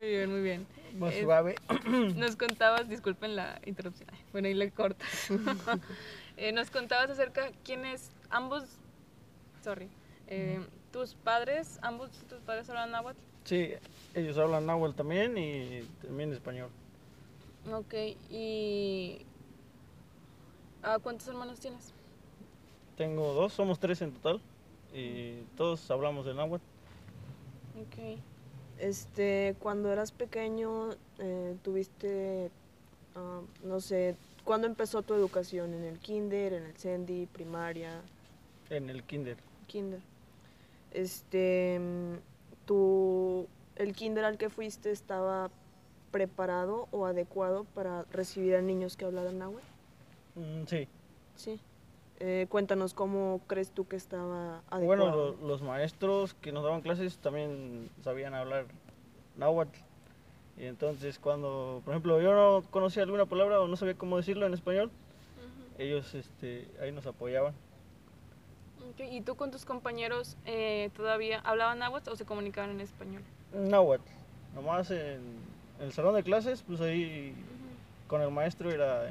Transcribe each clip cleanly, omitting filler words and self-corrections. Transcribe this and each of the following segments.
Muy bien, muy bien. Más suave. Nos contabas, disculpen la interrupción, bueno, ahí le cortas. Nos contabas acerca quiénes, ambos, sorry, tus padres, ambos tus padres hablan náhuatl. Sí, ellos hablan náhuatl también y también español. Ok, y ¿cuántos hermanos tienes? Tengo dos, somos tres en total y todos hablamos de náhuatl. Ok. Cuando eras pequeño, tuviste, no sé, ¿cuándo empezó tu educación? ¿En el kinder, en el sendi, primaria? En el kinder. Kinder. Este, mm, ¿tú, el kinder al que fuiste estaba preparado o adecuado para recibir a niños que hablaran náhuatl? Sí. Sí. Cuéntanos cómo crees tú que estaba adecuado. Bueno, los maestros que nos daban clases también sabían hablar náhuatl. Y entonces cuando, por ejemplo, yo no conocía alguna palabra o no sabía cómo decirlo en español, ellos ahí nos apoyaban. Okay. ¿Y tú con tus compañeros todavía hablaban náhuatl o se comunicaban en español? Náhuatl. Nomás en el salón de clases, pues ahí con el maestro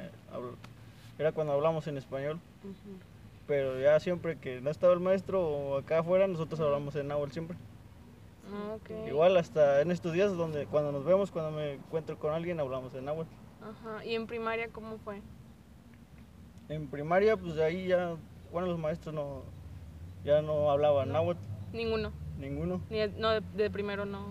era cuando hablamos en español. Pero ya siempre que no estaba el maestro o acá afuera, nosotros hablamos en náhuatl siempre. Okay. Igual hasta en estos días donde cuando nos vemos, cuando me encuentro con alguien, hablamos en náhuatl. Ajá. ¿Y en primaria cómo fue? En primaria, pues ahí ya, bueno, los maestros ya no hablaban náhuatl. Ninguno. Ninguno. No, de primero no.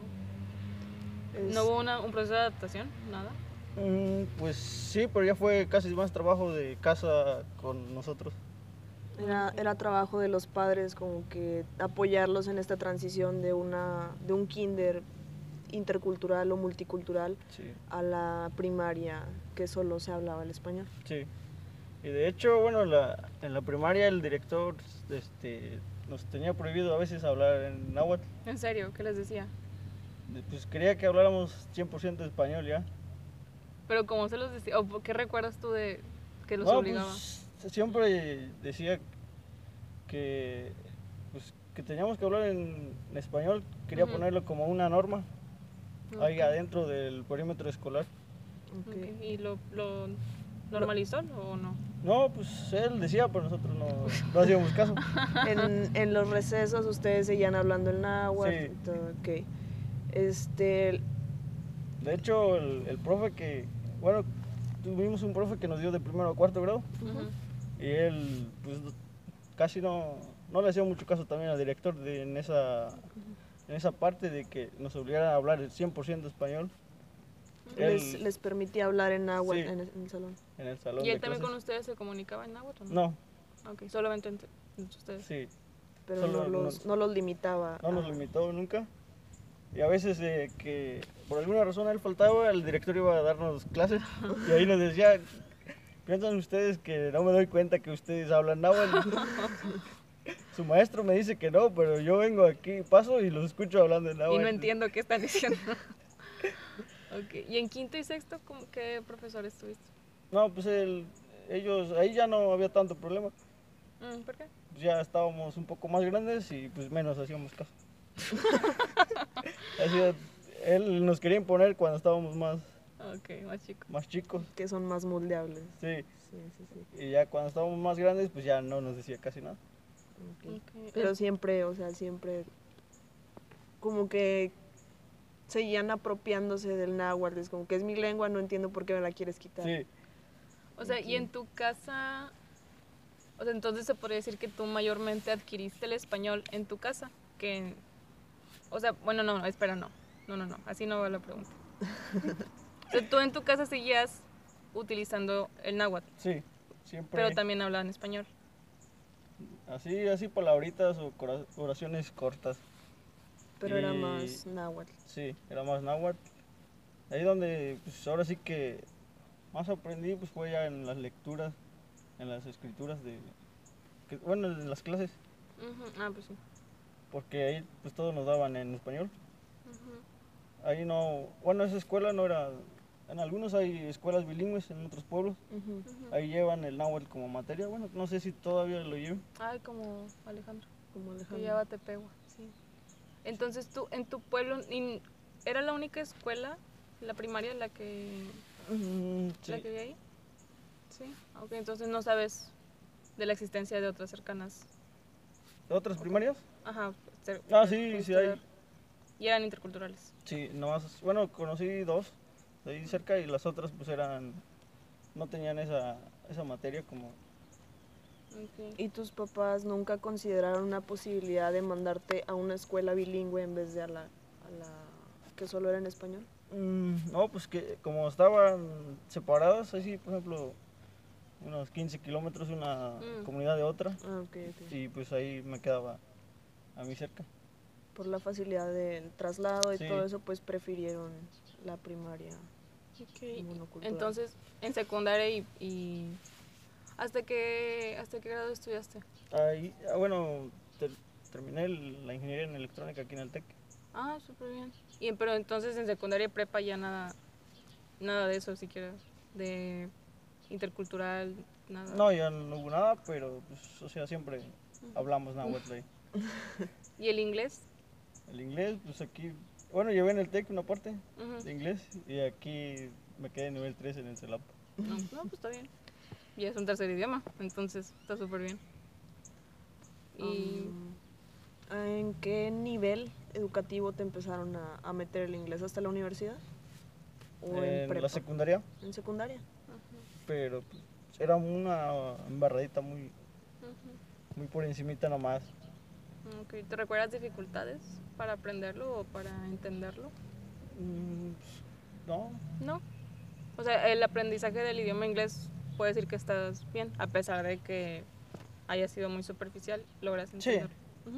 ¿No hubo un proceso de adaptación? Nada. Pues sí, pero ya fue casi más trabajo de casa con nosotros. Era trabajo de los padres como que apoyarlos en esta transición de un kinder intercultural o multicultural a la primaria que solo se hablaba el español. Sí. Y de hecho, bueno, en la primaria el director nos tenía prohibido a veces hablar en náhuatl. ¿En serio? ¿Qué les decía? Pues quería que habláramos 100% español ya. ¿Pero cómo se los decía? ¿O qué recuerdas tú de que los obligaba? Pues, siempre decía que teníamos que hablar en español. Quería ponerlo como una norma ahí adentro del perímetro escolar. Okay. ¿Y lo normalizó o no? No, pues él decía, pero nosotros no hacíamos caso. En los recesos ustedes seguían hablando el náhuatl. Sí. Y todo, okay. De hecho, el profe bueno, tuvimos un profe que nos dio de primero a cuarto grado. Y él, pues, casi no le hacía mucho caso también al director en esa parte de que nos obligara a hablar el 100% español. Les permitía hablar en náhuatl. Sí, en el salón. En el salón. ¿Y él también con ustedes se comunicaba en náhuatl o no? No. Ok, solamente entre ustedes. Sí. Pero no los limitaba. No nos limitó nunca. Y a veces que por alguna razón él faltaba, el director iba a darnos clases y ahí nos decía, ¿piensan ustedes que no me doy cuenta que ustedes hablan náhuatl? Su maestro me dice que no, pero yo vengo aquí, paso y los escucho hablando en náhuatl. Y no entiendo qué están diciendo. Okay. ¿Y en quinto y sexto qué profesores tuviste? No, pues ellos, ahí ya no había tanto problema. ¿Por qué? Pues ya estábamos un poco más grandes y pues menos hacíamos caso. Él nos quería imponer cuando estábamos más chicos. Que son más moldeables. Sí. Y ya cuando estábamos más grandes, pues ya no nos decía casi nada. Okay. Pero siempre como que seguían apropiándose del náhuatl, es como que es mi lengua, no entiendo por qué me la quieres quitar. Sí. O sea, y en tu casa, o sea, entonces se podría decir que tú mayormente adquiriste el español en tu casa, o sea, bueno, no, espera, no, así no va la pregunta. O sea, tú en tu casa seguías utilizando el náhuatl. Sí, siempre. Pero también hablaban español. Así palabritas o oraciones cortas. Pero era más náhuatl. Sí, era más náhuatl. Ahí donde, pues ahora sí que más aprendí, pues fue ya en las lecturas, en las escrituras bueno, en las clases. Pues sí. Porque ahí pues todos nos daban en español. Ahí no, bueno, esa escuela no era, en algunos hay escuelas bilingües en otros pueblos. Ahí llevan el náhuatl como materia, bueno, no sé si todavía lo llevan. Como Alejandro. Que lleva Tepehua, sí. Entonces tú, en tu pueblo, ¿Era la única escuela, la primaria, la que Sí. vi ahí? Sí, ok, entonces no sabes de la existencia de otras cercanas. ¿Otras primarias? Ajá. Sí hay. Y eran interculturales. Sí, nomás, bueno, conocí 2 de ahí cerca y las otras pues no tenían esa materia como... Okay. ¿Y tus papás nunca consideraron una posibilidad de mandarte a una escuela bilingüe en vez de a la que solo era en español? No, pues que como estaban separadas, así por ejemplo, unos 15 kilómetros una comunidad de otra, Ok. y pues ahí me quedaba a mí cerca. Por la facilidad del traslado y Sí. todo eso, pues prefirieron la primaria monocultural. Entonces, en secundaria y ¿hasta qué grado estudiaste? Ahí, bueno, terminé la ingeniería en electrónica aquí en el TEC. Ah, súper bien. Pero entonces en secundaria y prepa ya nada de eso siquiera, de intercultural, nada. No, ya no hubo nada, pero pues, o sea, siempre hablamos náhuatl ahí. ¿Y el inglés? El inglés, pues aquí, bueno, llevé en el TEC una parte de inglés y aquí me quedé en nivel 3 en el CELAP. No, pues está bien. Ya es un tercer idioma, entonces está súper bien. Y ¿en qué nivel educativo te empezaron a meter el inglés? ¿Hasta la universidad? ¿O en prepa? La secundaria, ¿En secundaria? pero pues, era una embarradita muy por encimita nomás. Okay. ¿Te recuerdas dificultades para aprenderlo o para entenderlo? No. No. O sea, el aprendizaje del idioma inglés puede decir que estás bien, a pesar de que haya sido muy superficial, logras entenderlo. Sí.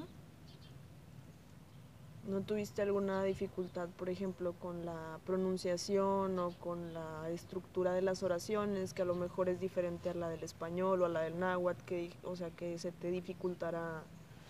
¿No tuviste alguna dificultad, por ejemplo, con la pronunciación o con la estructura de las oraciones, que a lo mejor es diferente a la del español o a la del náhuatl, o sea, que se te dificultara,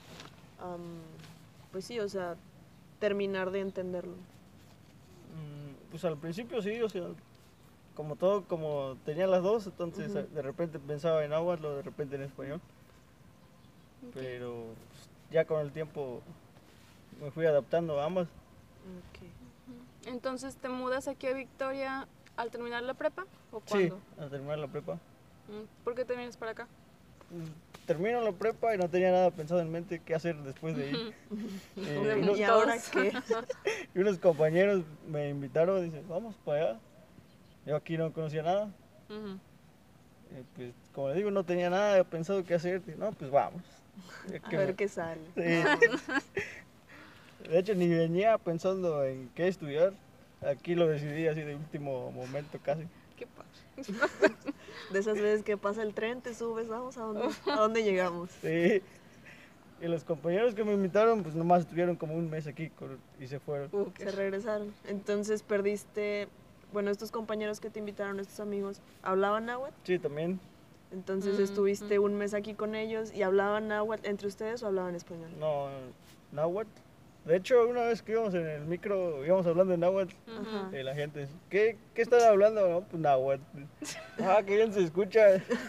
pues sí, o sea, terminar de entenderlo? Pues al principio sí, o sea, como tenía las dos, entonces de repente pensaba en náhuatl o de repente en español. Okay. Pero pues, ya con el tiempo me fui adaptando a ambas. Okay. Entonces, ¿te mudas aquí a Victoria al terminar la prepa o cuándo? Sí, al terminar la prepa. ¿Por qué te vienes para acá? Termino la prepa y no tenía nada pensado en mente qué hacer después de ir. ¿Y ahora qué? Y unos compañeros me invitaron y dicen, vamos para allá. Yo aquí no conocía nada. Pues como les digo, no tenía nada pensado qué hacer. No, pues vamos. A ver qué sale. Sí. De hecho, ni venía pensando en qué estudiar. Aquí lo decidí así de último momento casi. Qué padre. De esas veces que pasa el tren, te subes, vamos, ¿a dónde llegamos? Sí. Y los compañeros que me invitaron, pues nomás estuvieron como un mes aquí y se fueron. Se regresaron. Entonces perdiste, bueno, estos compañeros que te invitaron, estos amigos, ¿hablaban náhuatl? Sí, también. Entonces estuviste un mes aquí con ellos y ¿hablaban náhuatl entre ustedes o hablaban español? No, náhuatl. De hecho, una vez que íbamos en el micro, íbamos hablando de náhuatl, y la gente, ¿qué están hablando? No, pues náhuatl. Qué bien se escucha.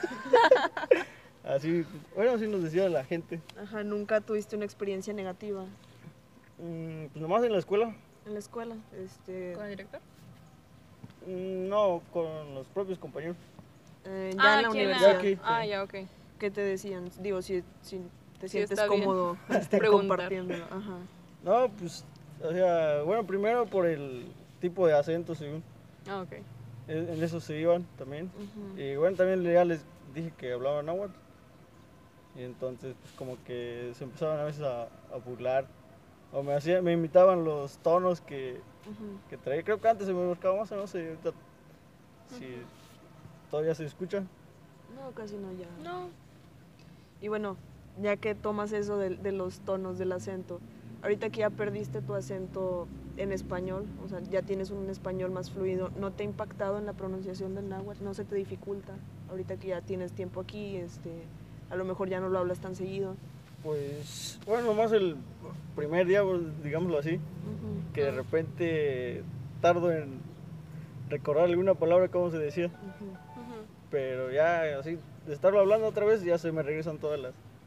Así, bueno, así nos decía la gente. Ajá, ¿nunca tuviste una experiencia negativa? Pues nomás en la escuela. ¿En la escuela? ¿Con el director? No, con los propios compañeros. Ya en la universidad. Aquí, sí. Ya, ok. ¿Qué te decían? Digo, si te sientes cómodo compartiéndolo. Ajá. No, pues, o sea, bueno, primero por el tipo de acento, según. Ok. En eso se iban también. Y bueno, también ya les dije que hablaban náhuatl. Y entonces, pues, como que se empezaban a veces a burlar. O me imitaban los tonos que traía. Creo que antes se me marcaba más, no sé, ahorita si todavía se escucha. No, casi no, ya. No. Y bueno, ya que tomas eso de los tonos del acento, ahorita que ya perdiste tu acento en español, o sea, ya tienes un español más fluido, ¿no te ha impactado en la pronunciación del náhuatl? ¿No se te dificulta? Ahorita que ya tienes tiempo aquí, a lo mejor ya no lo hablas tan seguido. Pues, bueno, nomás el primer día, pues, digámoslo así, que de repente tardo en recordar alguna palabra como se decía. Pero ya así, de estarlo hablando otra vez, ya se me regresan todas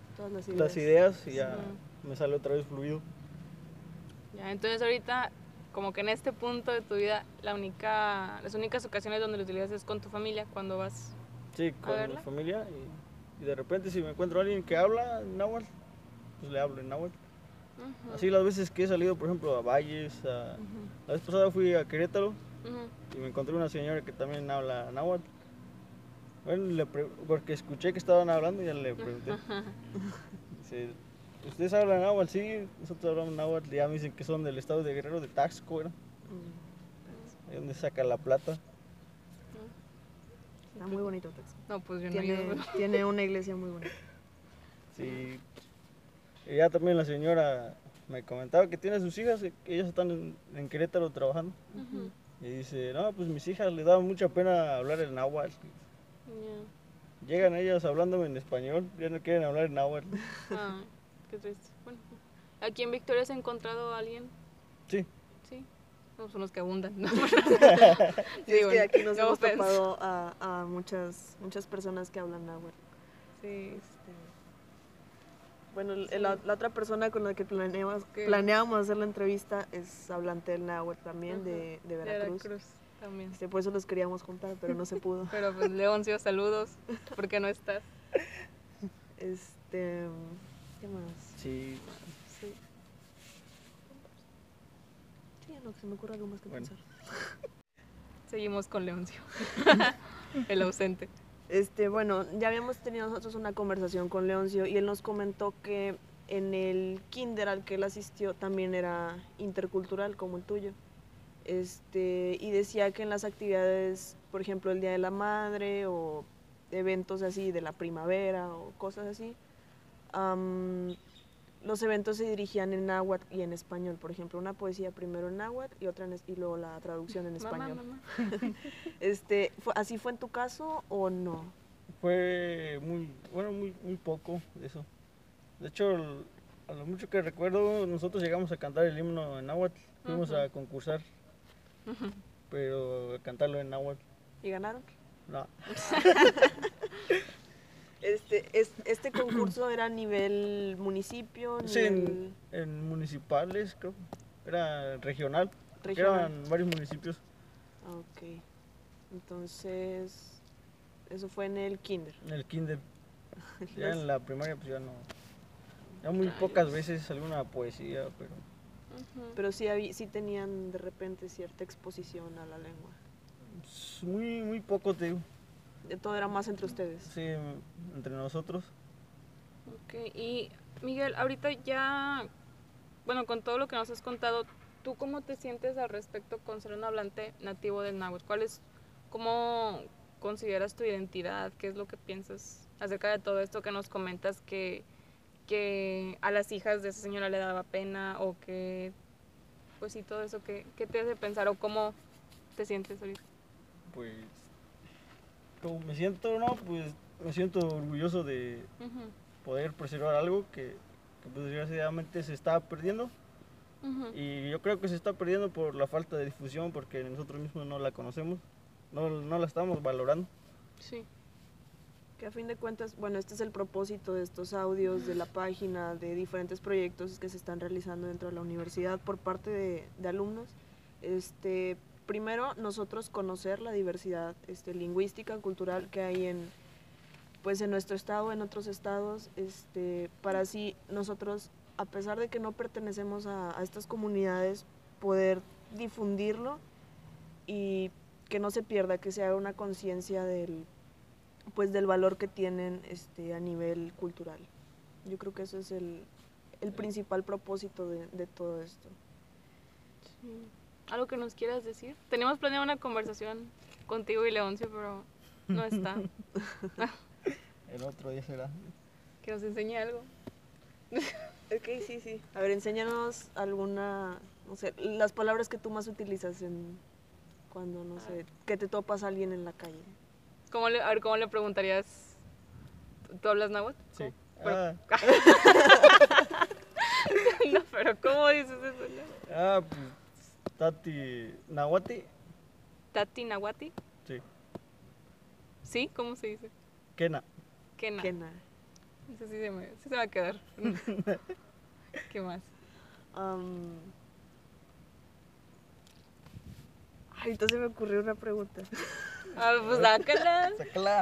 las ideas y ya me sale otra vez fluido. Ya, entonces ahorita como que en este punto de tu vida las únicas ocasiones donde lo utilizas es con tu familia, cuando vas Sí, a con mi verla. familia y de repente si me encuentro a alguien que habla en náhuatl, pues le hablo en náhuatl. Ujú, Así las veces que he salido, por ejemplo, a Valles, la vez pasada fui a Querétaro ujú. y me encontré una señora que también habla náhuatl. Bueno, porque escuché que estaban hablando y ya le pregunté. Dice, ¿ustedes hablan náhuatl? Sí, nosotros hablamos náhuatl. Ya me dicen que son del estado de Guerrero, de Taxco, ¿era? Ahí donde saca la plata. Está muy bonito Texas. No, pues yo no he ido. Tiene una iglesia muy bonita. Sí. Y ya también la señora me comentaba que tiene sus hijas, que ellas están en Querétaro trabajando. Ujú. Y dice, no, pues mis hijas les da mucha pena hablar el náhuatl. Ya. Llegan ellas hablándome en español, ya no quieren hablar en náhuatl. Ay, qué triste. Bueno, ¿aquí en Victoria has encontrado a alguien? Sí, Sí. No, son los que abundan. ¿No? Sí, es bueno, que aquí nos no hemos offense. topado a muchas personas que hablan náhuatl. Sí. Bueno, Sí. la otra persona con la que ¿Qué? planeábamos hacer la entrevista es hablante del náhuatl también, Ajá, de de Veracruz. también. Por eso los queríamos juntar, pero no se pudo. Pero pues Leoncio, saludos. ¿Por qué no estás? ¿Qué más? sí. Sí. Sí, ya no se me ocurre algo más que Bueno. pensar. Seguimos con Leoncio. El ausente. Bueno, ya habíamos tenido nosotros una conversación con Leoncio y él nos comentó que en el kinder al que él asistió también era intercultural como el tuyo. Y decía que en las actividades, por ejemplo, el Día de la Madre o eventos así de la primavera o cosas así, los eventos se dirigían en náhuatl y en español. Por ejemplo, una poesía primero en náhuatl y otra y luego la traducción en español. Mamá. ¿Así fue en tu caso o no? Fue muy poco de eso. De hecho, a lo mucho que recuerdo, nosotros llegamos a cantar el himno en náhuatl. Fuimos a concursar, pero a cantarlo en náhuatl, ¿Y ganaron? no. Este concurso era a nivel municipio, Sí, nivel en municipales, creo. Era regional. regional. Eran varios municipios. Ok. Entonces, eso fue en el kinder. En el kinder. Ya en la primaria, pues ya no. Ya muy pocas veces alguna poesía, pero. Pero sí tenían de repente cierta exposición a la lengua. Pues, muy poco, te digo. Todo era más entre ustedes. Sí, entre nosotros. Ok, y Miguel, ahorita ya, bueno, con todo lo que nos has contado, ¿tú cómo te sientes al respecto con ser un hablante nativo del náhuatl? ¿Cómo consideras tu identidad? ¿Qué es lo que piensas acerca de todo esto que nos comentas que a las hijas de esa señora le daba pena o que, pues sí, todo eso, ¿qué te hace pensar o cómo te sientes ahorita? Pues. Como me siento, ¿no? Pues me siento orgulloso de poder preservar algo que pues desgraciadamente se está perdiendo. Y yo creo que se está perdiendo por la falta de difusión, porque nosotros mismos no la conocemos, no la estamos valorando. Sí. Que a fin de cuentas, bueno, este es el propósito de estos audios, de la página, de diferentes proyectos que se están realizando dentro de la universidad por parte de alumnos. Primero, nosotros conocer la diversidad lingüística, cultural que hay en nuestro estado, en otros estados, para así nosotros, a pesar de que no pertenecemos a estas comunidades, poder difundirlo y que no se pierda, que se haga una conciencia del valor que tienen a nivel cultural. Yo creo que eso es el principal propósito de todo esto. Sí. ¿Algo que nos quieras decir? Teníamos planeado una conversación contigo y Leoncio, pero no está. El otro día será. Que nos enseñe algo. Ok, sí. A ver, enséñanos alguna, no sé, las palabras que tú más utilizas cuando, no sé, que te topas a alguien en la calle. A ver, ¿cómo le preguntarías? ¿Tú hablas náhuatl? Sí. No, pero ¿cómo dices eso? Pues Tati Nahuati. ¿Tati Nahuati? Sí. ¿Sí? ¿Cómo se dice? Kena. Kena. Kena. Eso sí se va a quedar. ¿Qué más? Ay, entonces me ocurrió una pregunta. Ah, pues sácala. Sácala.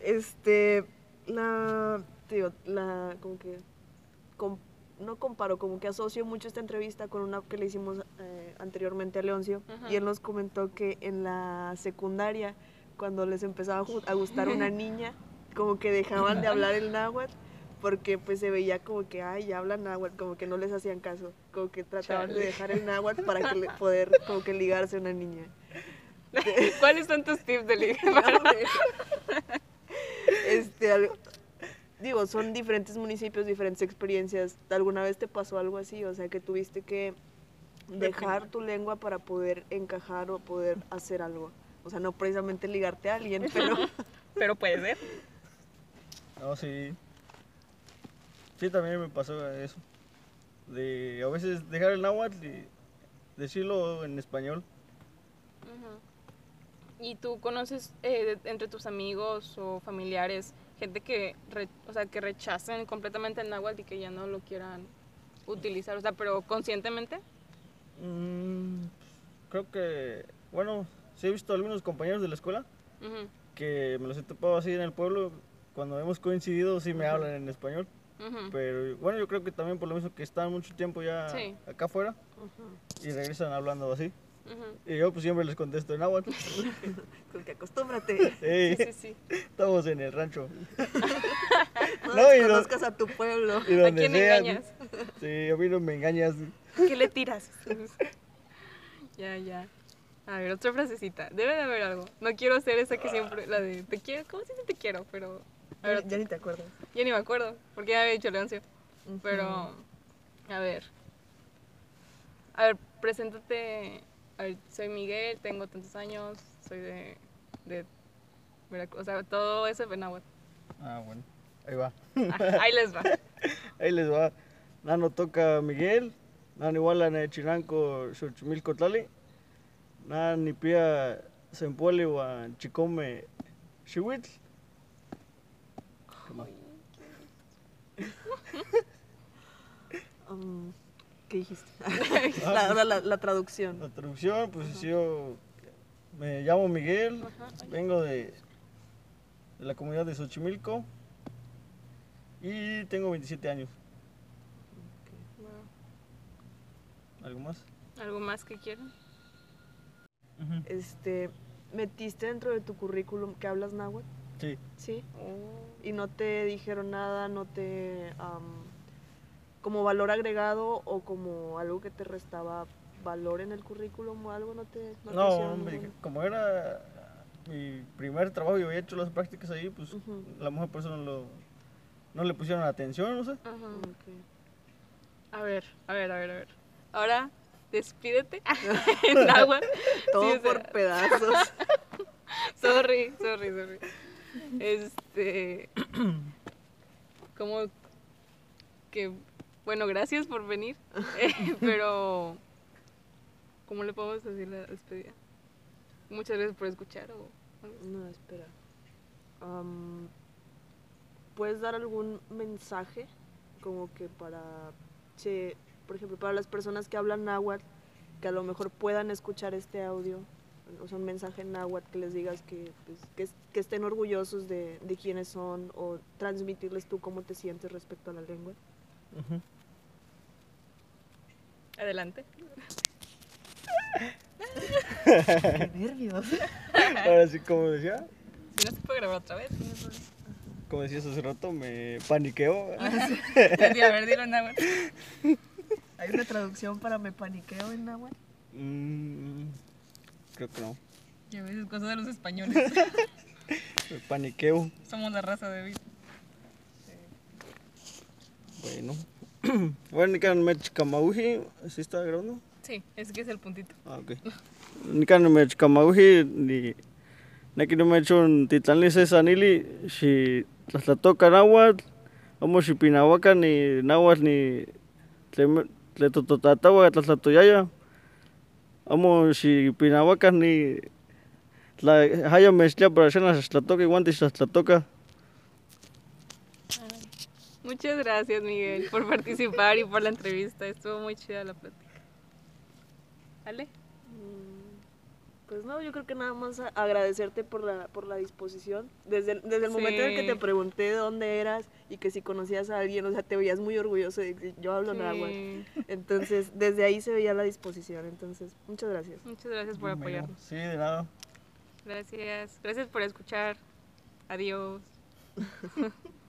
Como que, no comparo, como que asocio mucho esta entrevista con una que le hicimos anteriormente a Leoncio, y él nos comentó que en la secundaria, cuando les empezaba a gustar una niña, como que dejaban de hablar el náhuatl, porque pues se veía como que, ay, ya hablan náhuatl, como que no les hacían caso, como que trataban de dejar el náhuatl para que poder como que ligarse a una niña. ¿Cuáles son tus tips de ligar? Digo, son diferentes municipios, diferentes experiencias. ¿Alguna vez te pasó algo así? O sea, que tuviste que dejar tu lengua para poder encajar o poder hacer algo. O sea, no precisamente ligarte a alguien, pero... Pero puede ser. No, sí. Sí, también me pasó eso. De a veces dejar el náhuatl y decirlo en español. ¿Y tú conoces entre tus amigos o familiares gente que, que rechacen completamente el náhuatl y que ya no lo quieran utilizar? O sea, pero conscientemente. Creo que, bueno, sí he visto algunos compañeros de la escuela que me los he topado así en el pueblo. Cuando hemos coincidido sí me hablan en español. Pero bueno, yo creo que también por lo mismo que están mucho tiempo ya acá afuera y regresan hablando así. Y yo pues siempre les contesto en náhuatl. Con que acostúmbrate. Sí. Estamos en el rancho. No desconozcas a tu pueblo. ¿A quién engañas? Sí, a mí no me engañas. ¿Qué le tiras? Ya. A ver, otra frasecita. Debe de haber algo. No quiero hacer esa que siempre, la de te quiero. ¿Cómo se dice te quiero? Pero... A ver, ya ni te acuerdas. Ya ni me acuerdo, porque ya había dicho Leoncio. Pero, a ver, preséntate. A ver, soy Miguel, tengo tantos años, soy de Veracruz. O sea, todo eso es náhuatl. Ah, bueno, ahí va. Ahí les va. Ahí les va. Nano toca Miguel, nan igual en Chinanco, Xochimilco Tlali, nan ni pia Sempueli o Chicome Xihuitl. ¿Qué dijiste? la traducción. La traducción, pues yo me llamo Miguel, vengo de la comunidad de Xochimilco y tengo 27 años. ¿Algo más? ¿Algo más que quieran? ¿Metiste dentro de tu currículum que hablas náhuatl? Sí. ¿Sí? ¿Y no te dijeron nada, no te... como valor agregado o como algo que te restaba valor en el currículum o algo? No, hombre, como era mi primer trabajo y había hecho las prácticas ahí, pues a lo mejor por eso no le pusieron atención, no sé. A ver. Ahora, despídete. En agua. Todo sí, por pedazos. Sorry. Como que, bueno, gracias por venir. Pero, ¿cómo le podemos decir la despedida? Muchas gracias por escuchar. No, espera. ¿Puedes dar algún mensaje como que por ejemplo, para las personas que hablan náhuatl, que a lo mejor puedan escuchar este audio, o sea, un mensaje en náhuatl que les digas que estén orgullosos de quiénes son, o transmitirles tú cómo te sientes respecto a la lengua? Adelante. ¡Qué nervios! Ahora sí, como decía. Si no se puede grabar otra vez. Como decías hace rato, me paniqueo. A ver, dilo en náhuatl. ¿Hay una traducción para me paniqueo en náhuatl? Creo que no. Ya ves, es cosa de los españoles. Me paniqueo. Somos la raza de vida. Bueno. Bueno, Nikan Mechkamauji, ¿sí está grabando? Sí, es que es el puntito. Ah, ok. Nikan Mechkamauji, ni Nakino Mechon Titlanli Cesanili, si Tlatlatoca náhuatl, vamos si Pinahuaca ni náhuatl ni Tletotatawa Tlatlatoyaya, vamos si Pinahuaca ni Haya Mezcla para hacer las Tlatoca y guantes Tlatlatoca. Muchas gracias, Miguel, por participar y por la entrevista. Estuvo muy chida la plática. ¿Vale? Pues no, yo creo que nada más agradecerte por la disposición. Desde el momento en el que te pregunté de dónde eras y que si conocías a alguien, o sea, te veías muy orgulloso de que yo hablo náhuatl. Entonces, desde ahí se veía la disposición. Entonces, muchas gracias. Muchas gracias por apoyarnos. Sí, de nada. Gracias. Gracias por escuchar. Adiós.